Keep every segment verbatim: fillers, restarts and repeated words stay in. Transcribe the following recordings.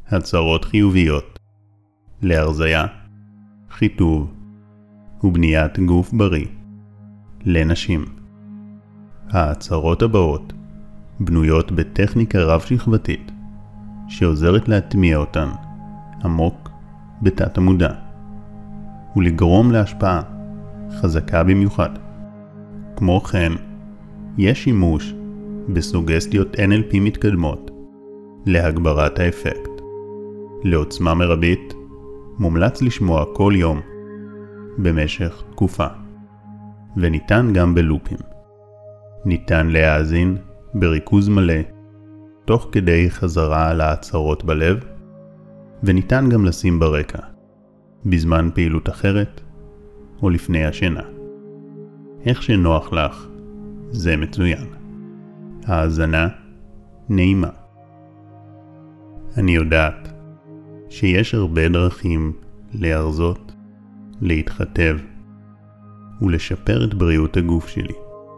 הצהרות חיוביות להרזיה, חיטוב ובניית גוף בריא לנשים. ההצהרות הבאות בנויות בטכניקה רב-שכבתית שעוזרת להטמיע אותן עמוק בתת המודע ולגרום להשפעה חזקה במיוחד. כמו כן, יש שימוש בסוגסטיות אן אל פי מתקדמות להגברת האפקט. לעוצמה מרבית מומלץ לשמוע כל יום במשך תקופה, וניתן גם בלופים. ניתן להאזין בריכוז מלא תוך כדי חזרה על ההצהרות בלב, וניתן גם לשים ברקע בזמן פעילות אחרת או לפני השינה. איך שנוח לך, זה מצוין. האזנה נעימה. אני יודעת שיש הרבה דרכים להרזות, להתחתב ולשפר את בריאות הגוף שלי.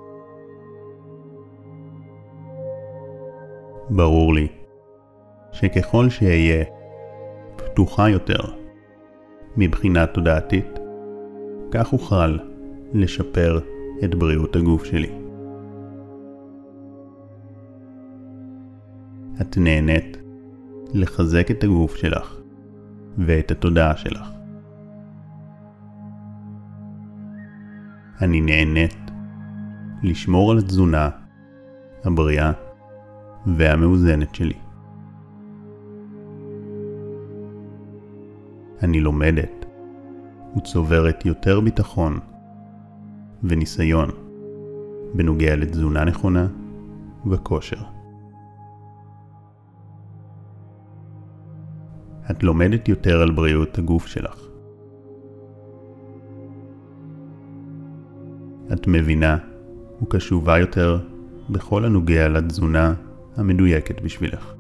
ברור לי שככל שאהיה פתוחה יותר מבחינה תודעתית, כך אוכל לשפר את בריאות הגוף שלי. את נהנית לחזק את הגוף שלך ואת התודעה שלך. אני נהנית לשמור על התזונה הבריאה והמאוזנת שלי. אני לומדת וצוברת יותר ביטחון וניסיון בנוגע לתזונה נכונה וכושר. את לומדת יותר על בריאות הגוף שלך. את מבינה וקשובה יותר בכל הנוגע לתזונה המדויקת בשבילך.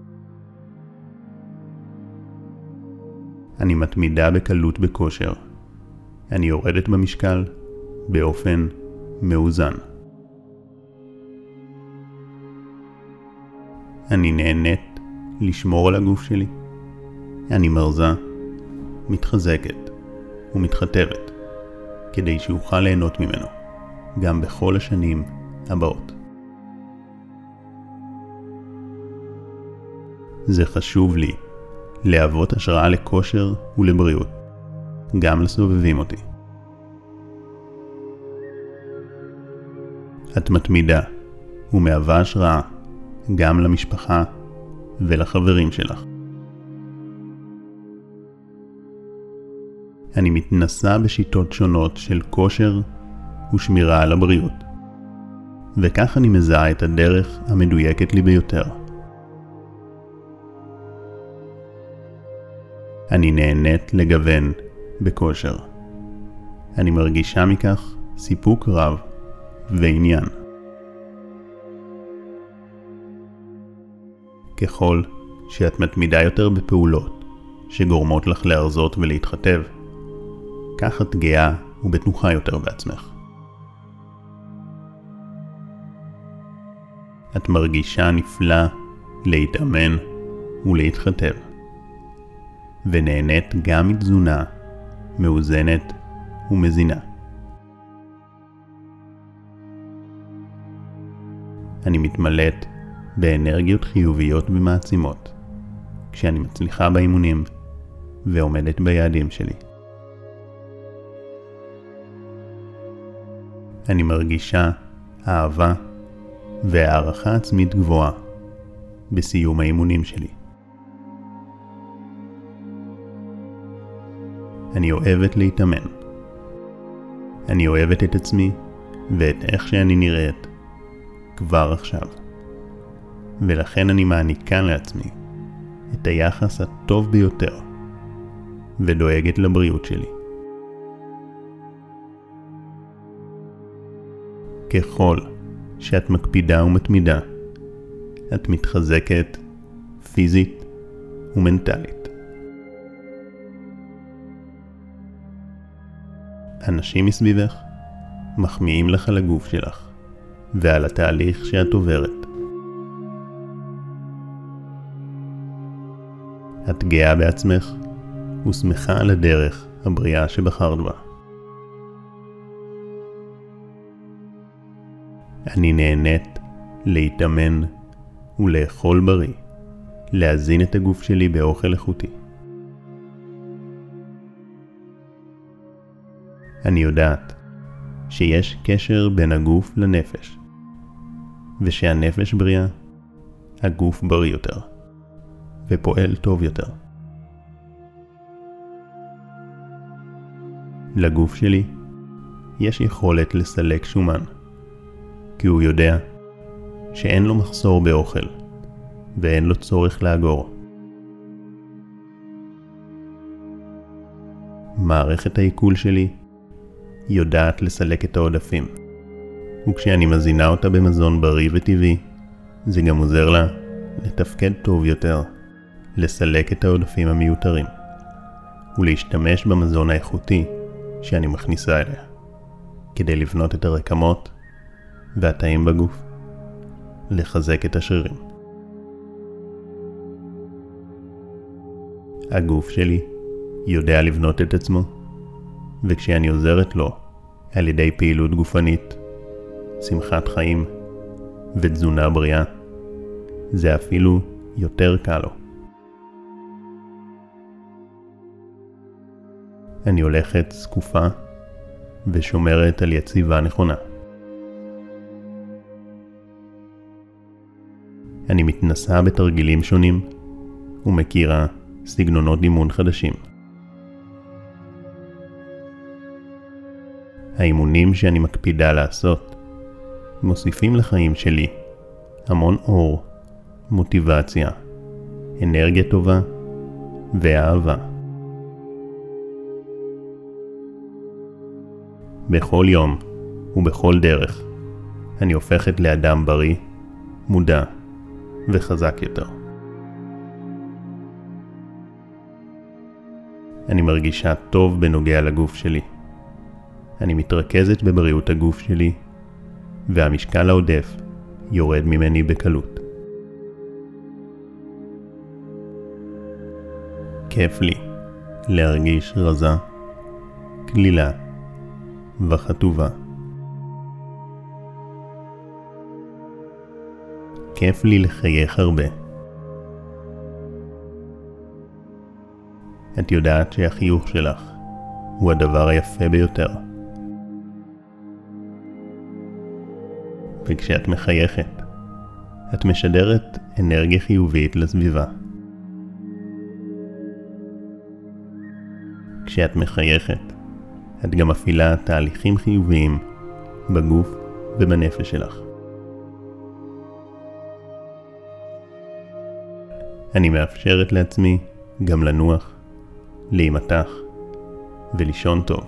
אני מתמידה בקלות בכושר. אני יורדת במשקל באופן מאוזן. אני נהנית לשמור על הגוף שלי. אני מרזה, מתחזקת ומתחתבת כדי שאוכל ליהנות ממנו גם בכל השנים הבאות. זה חשוב לי להוות השראה לכושר ולבריאות, גם לסובבים אותי. את מתמידה ומהווה השראה גם למשפחה ולחברים שלך. אני מתנסה בשיטות שונות של כושר ושמירה על הבריאות, וכך אני מזהה את הדרך המדויקת לי ביותר. אני נהנית לגוון בכושר. אני מרגישה מכך סיפוק רב ועניין. ככל שאת מתמידה יותר בפעולות שגורמות לך להרזות ולהתחתב, כך את גאה ובטוחה יותר בעצמך. את מרגישה נפלא להתאמן ולהתחתב, ונהנית גם מתזונה מאוזנת ומזינה. אני מתמלאת באנרגיות חיוביות ומעצימות כשאני מצליחה באימונים ועומדת ביעדים שלי. אני מרגישה אהבה והערכה עצמית גבוהה בסיום האימונים שלי. אני אוהבת להתאמן. אני אוהבת את עצמי ואת איך שאני נראית כבר עכשיו. ולכן אני מעניקה לעצמי את היחס הטוב ביותר ודואגת לבריאות שלי. ככל שאת מקפידה ומתמידה, את מתחזקת פיזית ומנטלית. אנשים מסביבך מחמיאים לך על הגוף שלך ועל התהליך שאת עוברת. את גאה בעצמך ושמחה על הדרך הבריאה שבחרת בה. אני נהנית להתאמן ולאכול בריא, להזין את הגוף שלי באוכל איכותי. אני יודעת שיש קשר בין הגוף לנפש, ושהנפש בריאה, הגוף בריא יותר, ופועל טוב יותר. לגוף שלי יש יכולת לסלק שומן, כי הוא יודע שאין לו מחסור באוכל, ואין לו צורך לאגור. מערכת העיכול שלי יודעת לסלק את העודפים, וכשאני מזינה אותה במזון בריא וטבעי, זה גם עוזר לה לתפקד טוב יותר, לסלק את העודפים המיותרים, ולהשתמש במזון האיכותי שאני מכניסה אליה, כדי לבנות את הרקמות והתאים בגוף, לחזק את השרירים. הגוף שלי יודע לבנות את עצמו, וכשאני עוזרת לו על ידי פעילות גופנית, שמחת חיים ותזונה בריאה, זה אפילו יותר קל לו. אני הולכת זקופה ושומרת על יציבה נכונה. אני מתנסה בתרגילים שונים ומכירה סגנונות אימון חדשים. האימונים שאני מקפידה לעשות מוסיפים לחיים שלי המון אור, מוטיבציה, אנרגיה טובה ואהבה. בכל יום ובכל דרך אני הופכת לאדם בריא, מודע וחזק יותר. אני מרגישה טוב בנוגע לגוף שלי. אני מתרכזת בבריאות הגוף שלי, והמשקל העודף יורד ממני בקלות. כיף לי להרגיש רזה, כלילה וחטובה. כיף לי לחייך הרבה. את יודעת שהחיוך שלך הוא הדבר היפה ביותר. וכשאת מחייכת, את משדרת אנרגיה חיובית לסביבה. כשאת מחייכת, את גם מפעילה תהליכים חיוביים בגוף ובנפש שלך. אני מאפשרת לעצמי גם לנוח, להימתח ולישון טוב.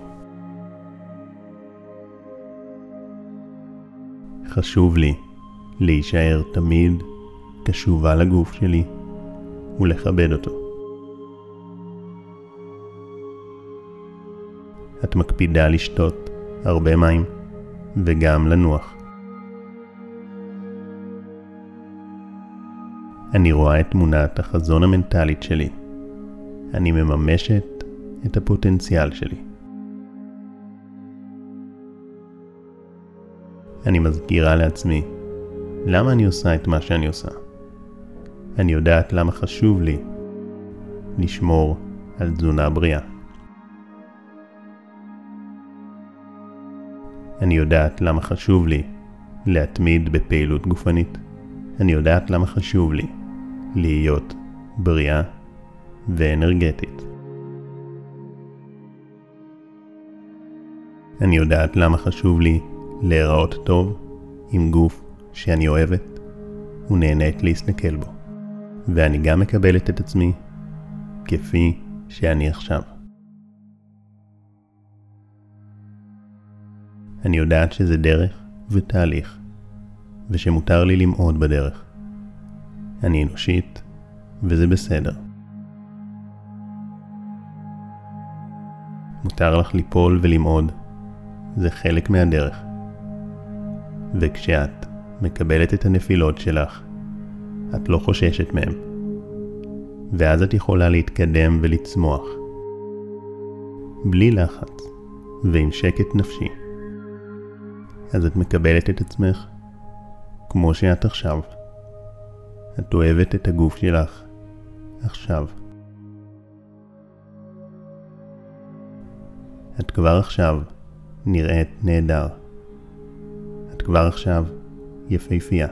חשוב לי להישאר תמיד קשובה לגוף שלי ולכבד אותו. את מקפידה לשתות הרבה מים וגם לנוח. אני רואה את תמונת החזון המנטלית שלי. אני מממשת את הפוטנציאל שלי. אני מזכירה לעצמי למה אני עושה את מה שאני עושה. אני יודעת למה חשוב לי לשמור על תזונה בריאה. אני יודעת למה חשוב לי להתמיד בפעילות גופנית. אני יודעת למה חשוב לי להיות בריאה ואנרגטית. אני יודעת למה חשוב לי להיראות טוב עם גוף שאני אוהבת ונהנית להסתכל בו. ואני גם מקבלת את עצמי כפי שאני עכשיו. אני יודעת שזה דרך ותהליך, ושמותר לי למעוד בדרך. אני אנושית, וזה בסדר. מותר לך ליפול ולמעוד, זה חלק מהדרך. וכשאת מקבלת את הנפילות שלך, את לא חוששת מהם. ואז את יכולה להתקדם ולצמוח. בלי לחץ ועם שקט נפשי. אז את מקבלת את עצמך כמו שאת עכשיו. את אוהבת את הגוף שלך עכשיו. את כבר עכשיו נראית נהדר. את כבר עכשיו יפהפייה.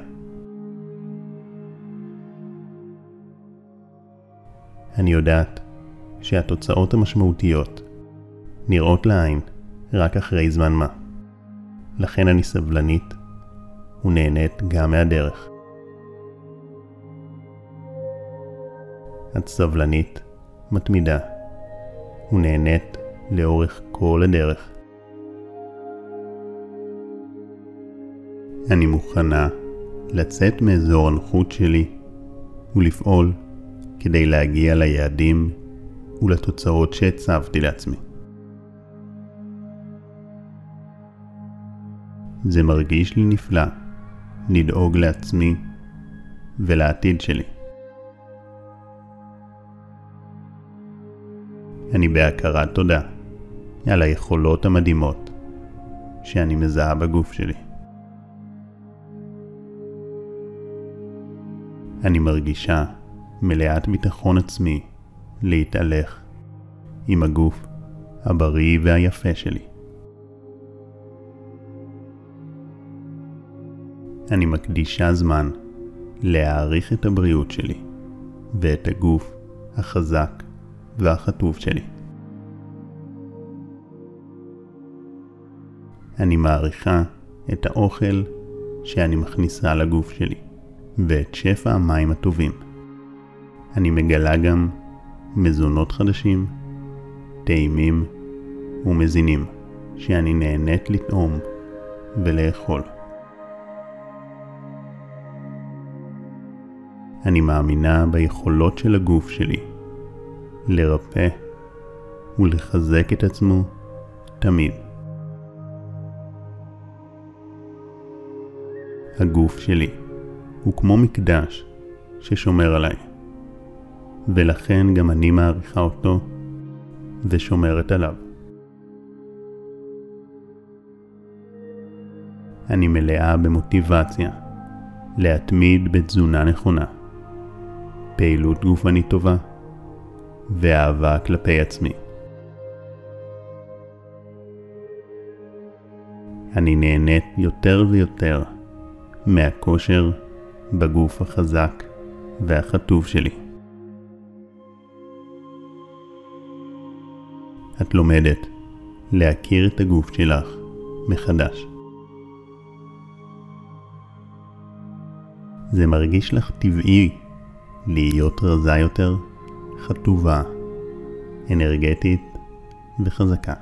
אני יודעת שהתוצאות המשמעותיות נראות לעין רק אחרי זמן מה. לכן אני סבלנית ונהנית גם מהדרך. את סבלנית, מתמידה, ונהנית לאורך כל הדרך. אני מוכנה לצאת מאזור הנוחות שלי ולפעול כדי להגיע ליעדים ולתוצאות שהצבתי לעצמי. זה מרגיש לי נפלא לדאוג לעצמי ולעתיד שלי. אני בהכרת תודה על היכולות המדהימות שאני מזהה בגוף שלי. אני מרגישה מלאת ביטחון עצמי להתהלך עם הגוף הבריא והיפה שלי. אני מקדישה זמן להעריך את הבריאות שלי ואת הגוף החזק והחטוב שלי. אני מעריכה את האוכל שאני מכניסה לגוף שלי ואת שפע המים הטובים. אני מגלה גם מזונות חדשים, טעימים ומזינים שאני נהנית לטעום ולאכול. אני מאמינה ביכולות של הגוף שלי לרפא ולחזק את עצמו תמיד. הגוף שלי הוא כמו מקדש ששומר עליי, ולכן גם אני מעריכה אותו ושומרת עליו. אני מלאה במוטיבציה להתמיד בתזונה נכונה, פעילות גופנית טובה ואהבה כלפי עצמי. אני נהנית יותר ויותר מהכושר בגוף החזק והחטוב שלי. את לומדת להכיר את הגוף שלך מחדש. זה מרגיש לך טבעי להיות רזה יותר, חטובה, אנרגטית וחזקה.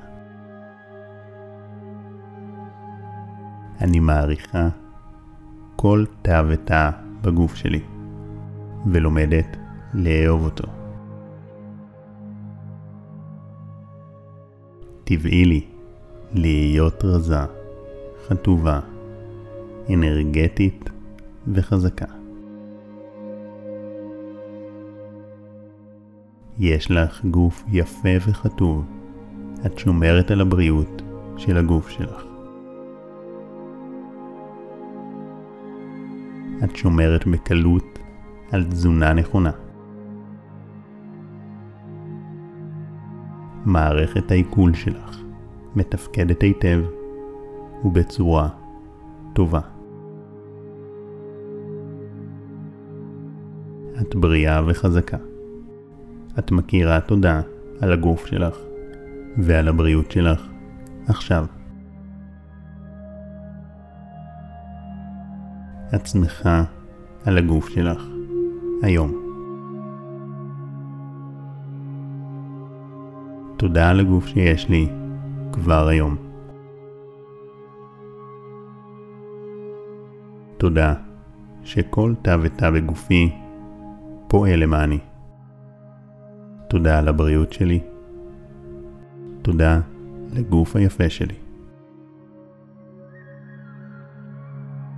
אני מעריכה כל תא ותא בגוף שלי ולומדת לאהוב אותו. טבעי לי להיות רזה, חטובה, אנרגטית וחזקה. יש לך גוף יפה וחטוב. את שומרת על הבריאות של הגוף שלך. את שומרת בקלות על תזונה נכונה. מערכת העיכול שלך מתפקדת היטב ובצורה טובה. את בריאה וחזקה. את מכירה תודה על הגוף שלך ועל הבריאות שלך עכשיו. את שמחה על הגוף שלך היום. תודה על הגוף שיש לי כבר היום. תודה שכל תא ותא בגופי פועל למעני. תודה על הבריאות שלי. תודה לגוף היפה שלי.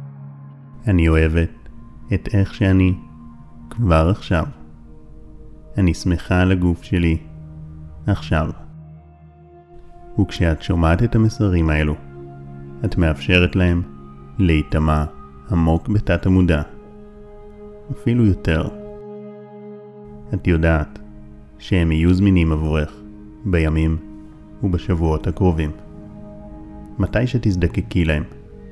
אני אוהבת את איך שאני כבר עכשיו. אני שמחה על הגוף שלי עכשיו. וכשאת שומעת את המסרים האלו, את מאפשרת להם להיטמע עמוק בתת המודע. אפילו יותר. את יודעת שהם יהיו זמינים עבורך בימים ובשבועות הקרובים. מתי שתזדקקי להם.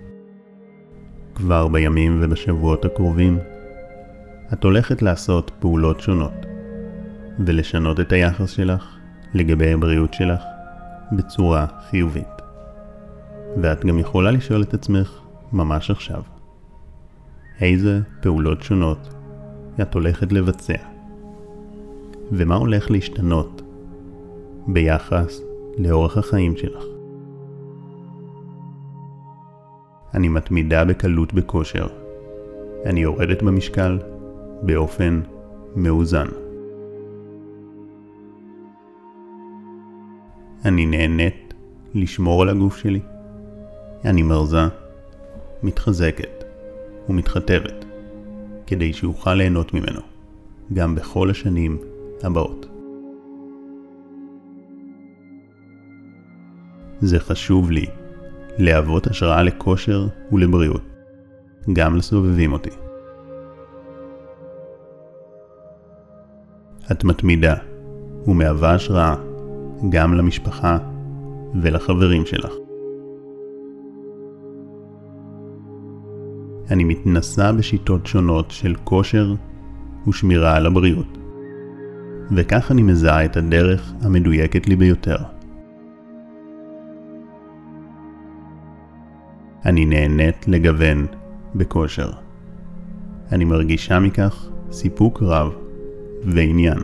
כבר בימים ובשבועות הקרובים, את הולכת לעשות פעולות שונות, ולשנות את היחס שלך לגבי הבריאות שלך בצורה חיובית. ואת גם יכולה לשאול את עצמך ממש עכשיו, איזה פעולות שונות את הולכת לבצע, ומה הולך להשתנות ביחס לאורח החיים שלך. אני מתמידה בקלות בכושר. אני יורדת במשקל באופן מאוזן. אני נהנית לשמור על הגוף שלי. אני מרזה, מתחזקת ומתחתבת, כדי שאוכל ליהנות ממנו, גם בכל השנים הבאות. זה חשוב לי להוות השראה לכושר ולבריאות, גם לסובבים אותי. את מתמידה ומהווה השראה גם למשפחה ולחברים שלך. אני מתנסה בשיטות שונות של כושר ושמירה על הבריאות, וכך אני מזהה את הדרך המדויקת לי ביותר. אני נהנית לגוון בכושר. אני מרגישה מכך סיפוק רב ועניין.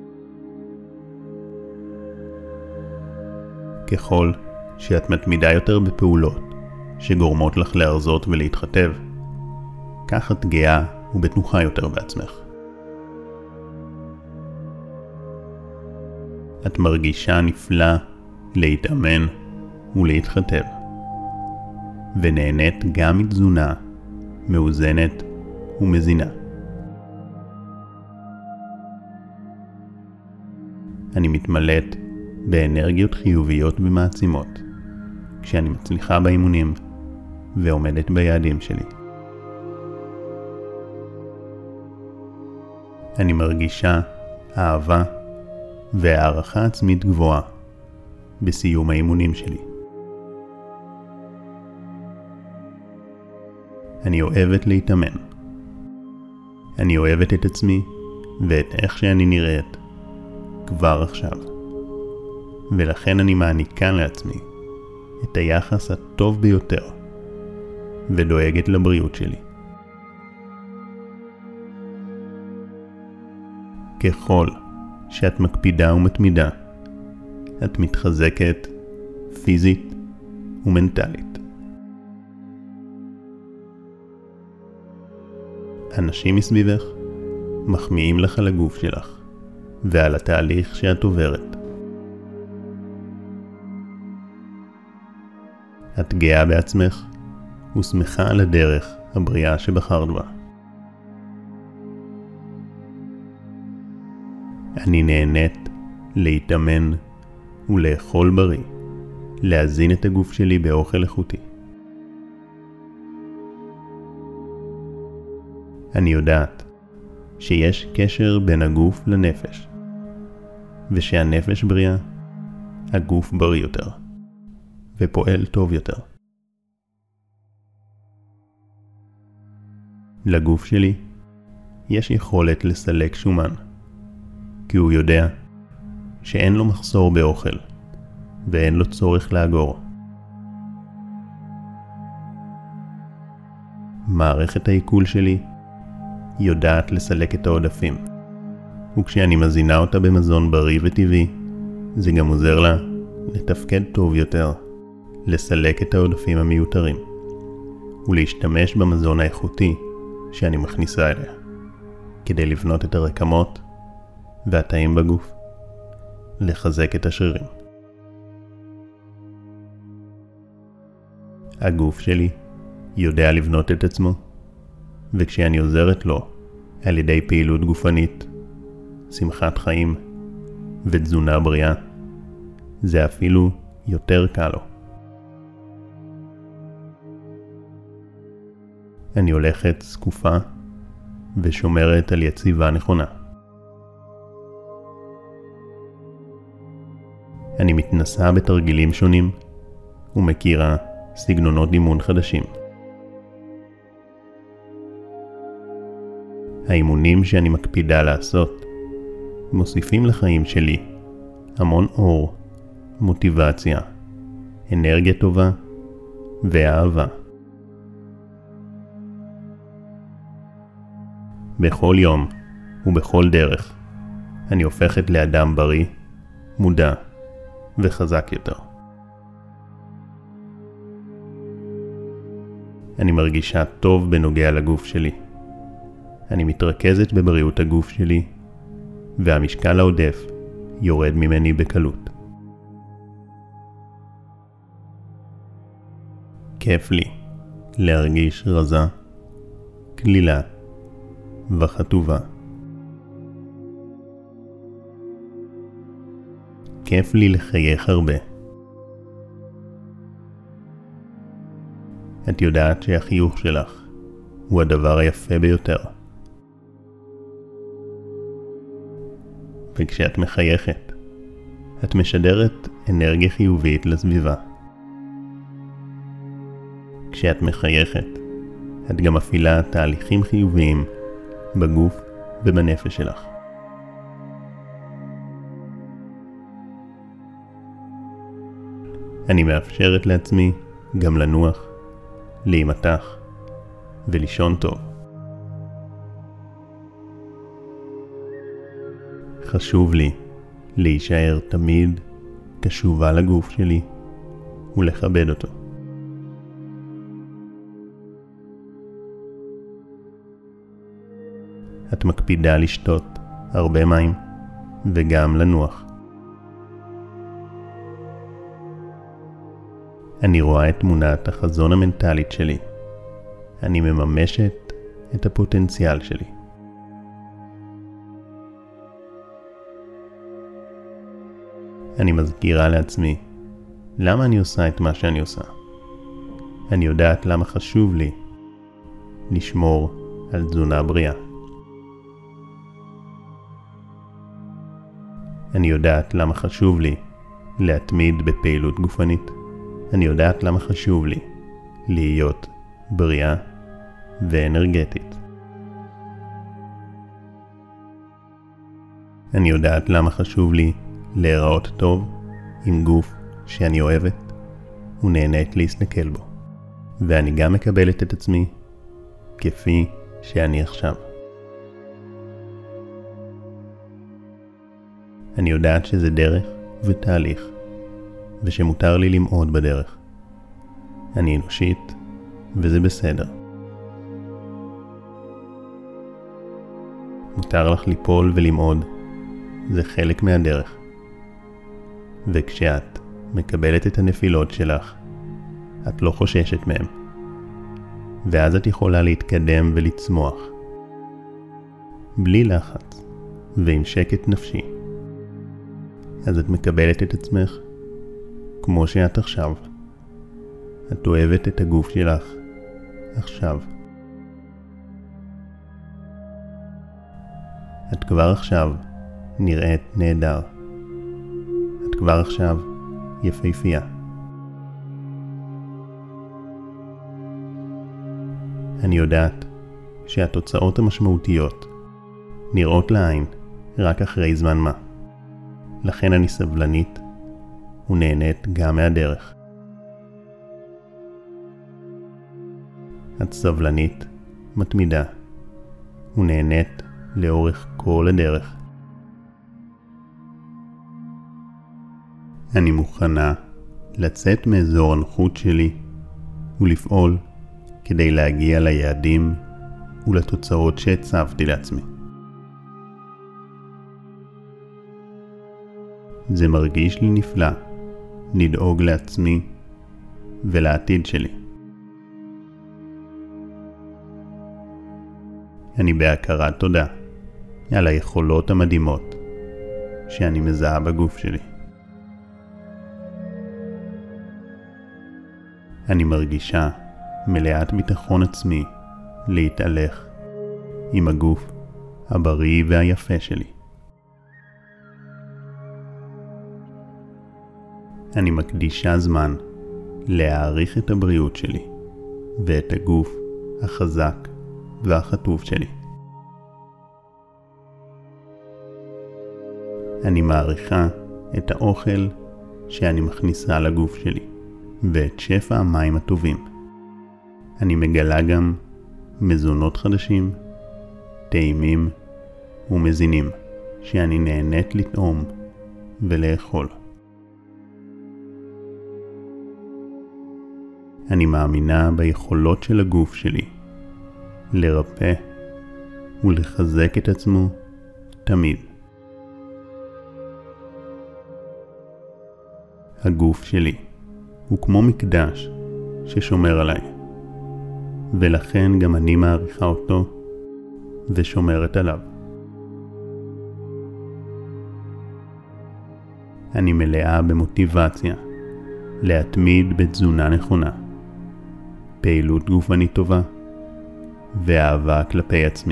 ככל שאת מתמידה יותר בפעולות שגורמות לך להרזות ולהתחתב, כך את גאה ובטוחה יותר בעצמך. את מרגישה נפלא להתאמן ולהתחתב, ונהנית גם מתזונה מאוזנת ומזינה. אני מתמלאת באנרגיות חיוביות ומעצימות כשאני מצליחה באימונים ועומדת ביעדים שלי. אני מרגישה אהבה והערכה עצמית גבוהה בסיום האימונים שלי. אני אוהבת להתאמן. אני אוהבת את עצמי ואת איך שאני נראית כבר עכשיו. ולכן אני מעניקה לעצמי את היחס הטוב ביותר ודואגת לבריאות שלי. ככל שאת מקפידה ומתמידה, את מתחזקת פיזית ומנטלית. אנשים מסביבך מחמיאים לך על הגוף שלך ועל התהליך שאת עוברת. את גאה בעצמך ושמחה על הדרך הבריאה שבחרת בה. אני נהנית להתאמן ולאכול בריא, להזין את הגוף שלי באוכל איכותי. אני יודעת שיש קשר בין הגוף לנפש, ושהנפש בריאה, הגוף בריא יותר, ופועל טוב יותר. לגוף שלי יש יכולת לסלק שומן, כי הוא יודע שאין לו מחסור באוכל, ואין לו צורך לאגור. מערכת העיכול שלי יודעת לסלק את העודפים, וכשאני מזינה אותה במזון בריא וטבעי, זה גם עוזר לה לתפקד טוב יותר, לסלק את העודפים המיותרים, ולהשתמש במזון האיכותי שאני מכניסה אליה, כדי לבנות את הרקמות והתאים בגוף, לחזק את השרירים. הגוף שלי יודע לבנות את עצמו, וכשאני עוזרת לו על ידי פעילות גופנית, שמחת חיים ותזונה בריאה, זה אפילו יותר קל לו. אני הולכת זקופה ושומרת על יציבה נכונה. אני מתנסה בתרגילים שונים ומכירה סגנונות אימון חדשים. האימונים שאני מקפידה לעשות מוסיפים לחיים שלי המון אור, מוטיבציה, אנרגיה טובה ואהבה. בכל יום ובכל דרך אני הופכת לאדם בריא, מודע וחזק יותר. אני מרגישה טוב בנוגע לגוף שלי. אני מתרכזת בבריאות הגוף שלי, והמשקל העודף יורד ממני בקלות. כיף לי להרגיש רזה, כלילה וחטובה. כיף לי לחייך הרבה. את יודעת שהחיוך שלך הוא הדבר היפה ביותר. וכשאת מחייכת, את משדרת אנרגיה חיובית לסביבה. כשאת מחייכת, את גם מפעילה תהליכים חיוביים בגוף ובנפש שלך. אני מאפשרת לעצמי גם לנוח, להימתח ולישון טוב. חשוב לי להישאר תמיד קשובה לגוף שלי ולכבד אותו. את מקפידה לשתות הרבה מים וגם לנוח. אני רואה את תמונת החזון המנטלית שלי. אני מממשת את הפוטנציאל שלי. אני מזכירה לעצמי למה אני עושה את מה שאני עושה. אני יודעת למה חשוב לי לשמור על תזונה בריאה. אני יודעת למה חשוב לי להתמיד בפעילות גופנית. אני יודעת למה חשוב לי להיות בריאה ואנרגטית. אני יודעת למה חשוב לי להיראות טוב עם גוף שאני אוהבת ונהנית להסתכל בו. ואני גם מקבלת את עצמי כפי שאני עכשיו. אני יודעת שזה דרך ותהליך, ושמותר לי למעוד בדרך. אני אנושית, וזה בסדר. מותר לך ליפול ולמעוד, זה חלק מהדרך. וכשאת מקבלת את הנפילות שלך, את לא חוששת מהם. ואז את יכולה להתקדם ולצמוח. בלי לחץ, ועם שקט נפשי. אז את מקבלת את עצמך כמו שאת עכשיו. את אוהבת את הגוף שלך עכשיו. את כבר עכשיו נראית נהדר. את כבר עכשיו יפהפייה. אני יודעת שהתוצאות המשמעותיות נראות לעין רק אחרי זמן מה. לכן אני סבלנית ונהנית גם מהדרך. את סבלנית, מתמידה, ונהנית לאורך כל הדרך. אני מוכנה לצאת מאזור הנוחות שלי ולפעול כדי להגיע ליעדים ולתוצאות שהצבתי לעצמי. זה מרגיש לי נפלא לדאוג לעצמי ולעתיד שלי. אני בהכרת תודה על היכולות המדהימות שאני מזהה בגוף שלי. אני מרגישה מלאת ביטחון עצמי להתהלך עם הגוף הבריא והיפה שלי. אני מקדישה זמן להעריך את הבריאות שלי ואת הגוף החזק והחטוב שלי. אני מעריכה את האוכל שאני מכניסה לגוף שלי ואת שפע המים הטובים. אני מגלה גם מזונות חדשים, טעימים ומזינים שאני נהנית לטעום ולאכול. אני מאמינה ביכולות של הגוף שלי לרפא ולחזק את עצמו תמיד. הגוף שלי הוא כמו מקדש ששומר עליי, ולכן גם אני מעריכה אותו ושומרת עליו. אני מלאה במוטיבציה להתמיד בתזונה נכונה, פעילות גופנית טובה ואהבה כלפי עצמי.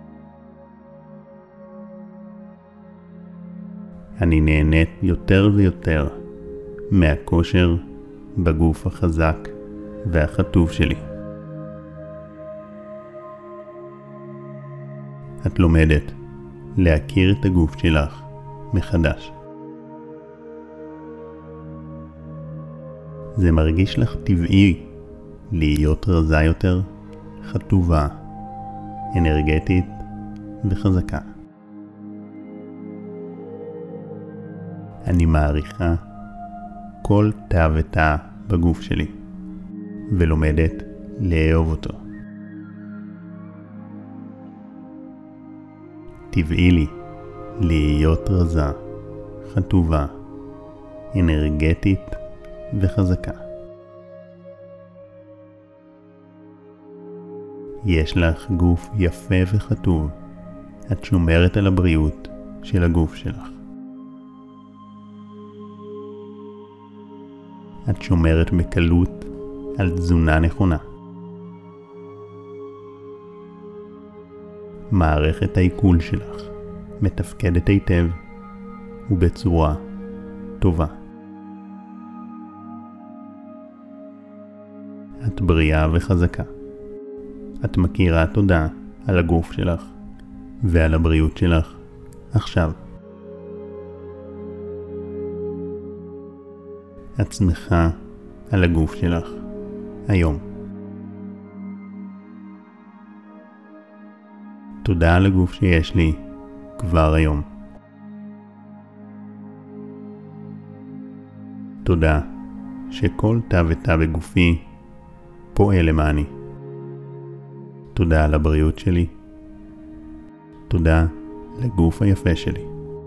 אני נהנית יותר ויותר מהכושר בגוף החזק והחטוב שלי. את לומדת להכיר את הגוף שלך מחדש. זה מרגיש לך טבעי להיות רזה יותר, חטובה, אנרגטית וחזקה. אני מעריכה כל תא ותא בגוף שלי ולומדת לאהוב אותו. טבעי לי להיות רזה, חטובה, אנרגטית וחזקה. יש לך גוף יפה וחטוב. את שומרת על הבריאות של הגוף שלך. את שומרת בקלות על תזונה נכונה. מערכת העיכול שלך מתפקדת היטב ובצורה טובה. את בריאה וחזקה. את מכירה תודה על הגוף שלך ועל הבריאות שלך עכשיו. את שמחה על הגוף שלך היום. תודה על הגוף שיש לי כבר היום. תודה שכל תא ותא בגופי פועל למעני. תודה על הבריאות שלי. תודה לגוף היפה שלי.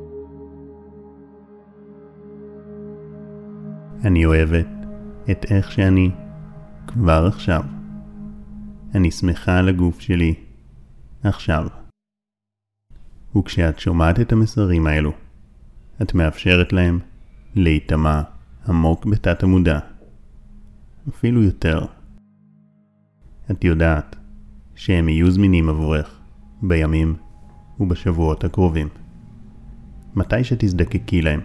אני אוהבת את איך שאני כבר עכשיו. אני שמחה על הגוף שלי עכשיו. וכשאת שומעת את המסרים האלו, את מאפשרת להם להיטמע עמוק בתת המודע. אפילו יותר. את יודעת שהם יהיו זמינים עבורך בימים ובשבועות הקרובים. מתי שתזדקקי להם.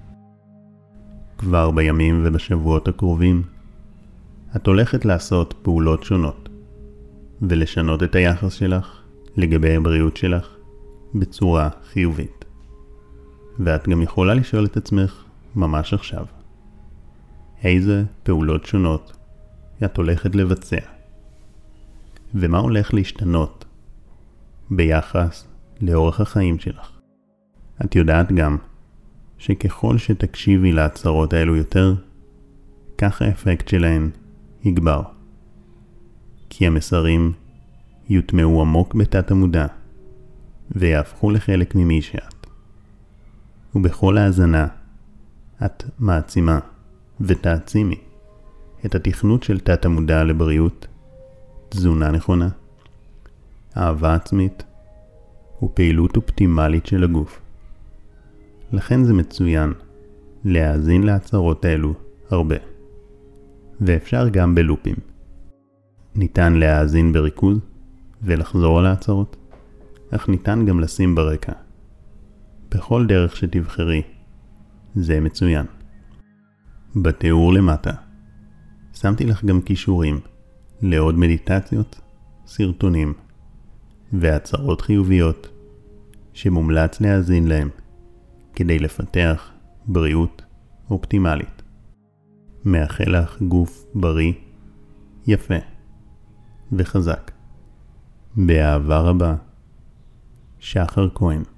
כבר בימים ובשבועות הקרובים, את הולכת לעשות פעולות שונות, ולשנות את היחס שלך לגבי הבריאות שלך בצורה חיובית. ואת גם יכולה לשאול את עצמך ממש עכשיו, איזה פעולות שונות את הולכת לבצע, ומה הולך להשתנות ביחס לאורך החיים שלך. את יודעת גם שככל שתקשיבי להצהרות האלו יותר, כך האפקט שלהן יגבר. כי המסרים יוטמעו עמוק בתת המודע, ויהפכו לחלק ממי שאת. ובכל האזנה, את מעצימה ותעצימי את התכנות של תת המודע לבריאות, תזונה נכונה, אהבה עצמית ופעילות אופטימלית של הגוף. לכן זה מצוין להאזין להצהרות האלו הרבה. ואפשר גם בלופים. ניתן להאזין בריכוז ולחזור על ההצהרות, אך ניתן גם לשים ברקע. בכל דרך שתבחרי, זה מצוין. בתיאור למטה, שמתי לך גם קישורים לעוד מדיטציות, סרטונים והצהרות חיוביות שמומלץ להאזין להם כדי לפתח בריאות אופטימלית. מאחל לך גוף בריא, יפה וחזק. באהבה רבה, שחר כהן.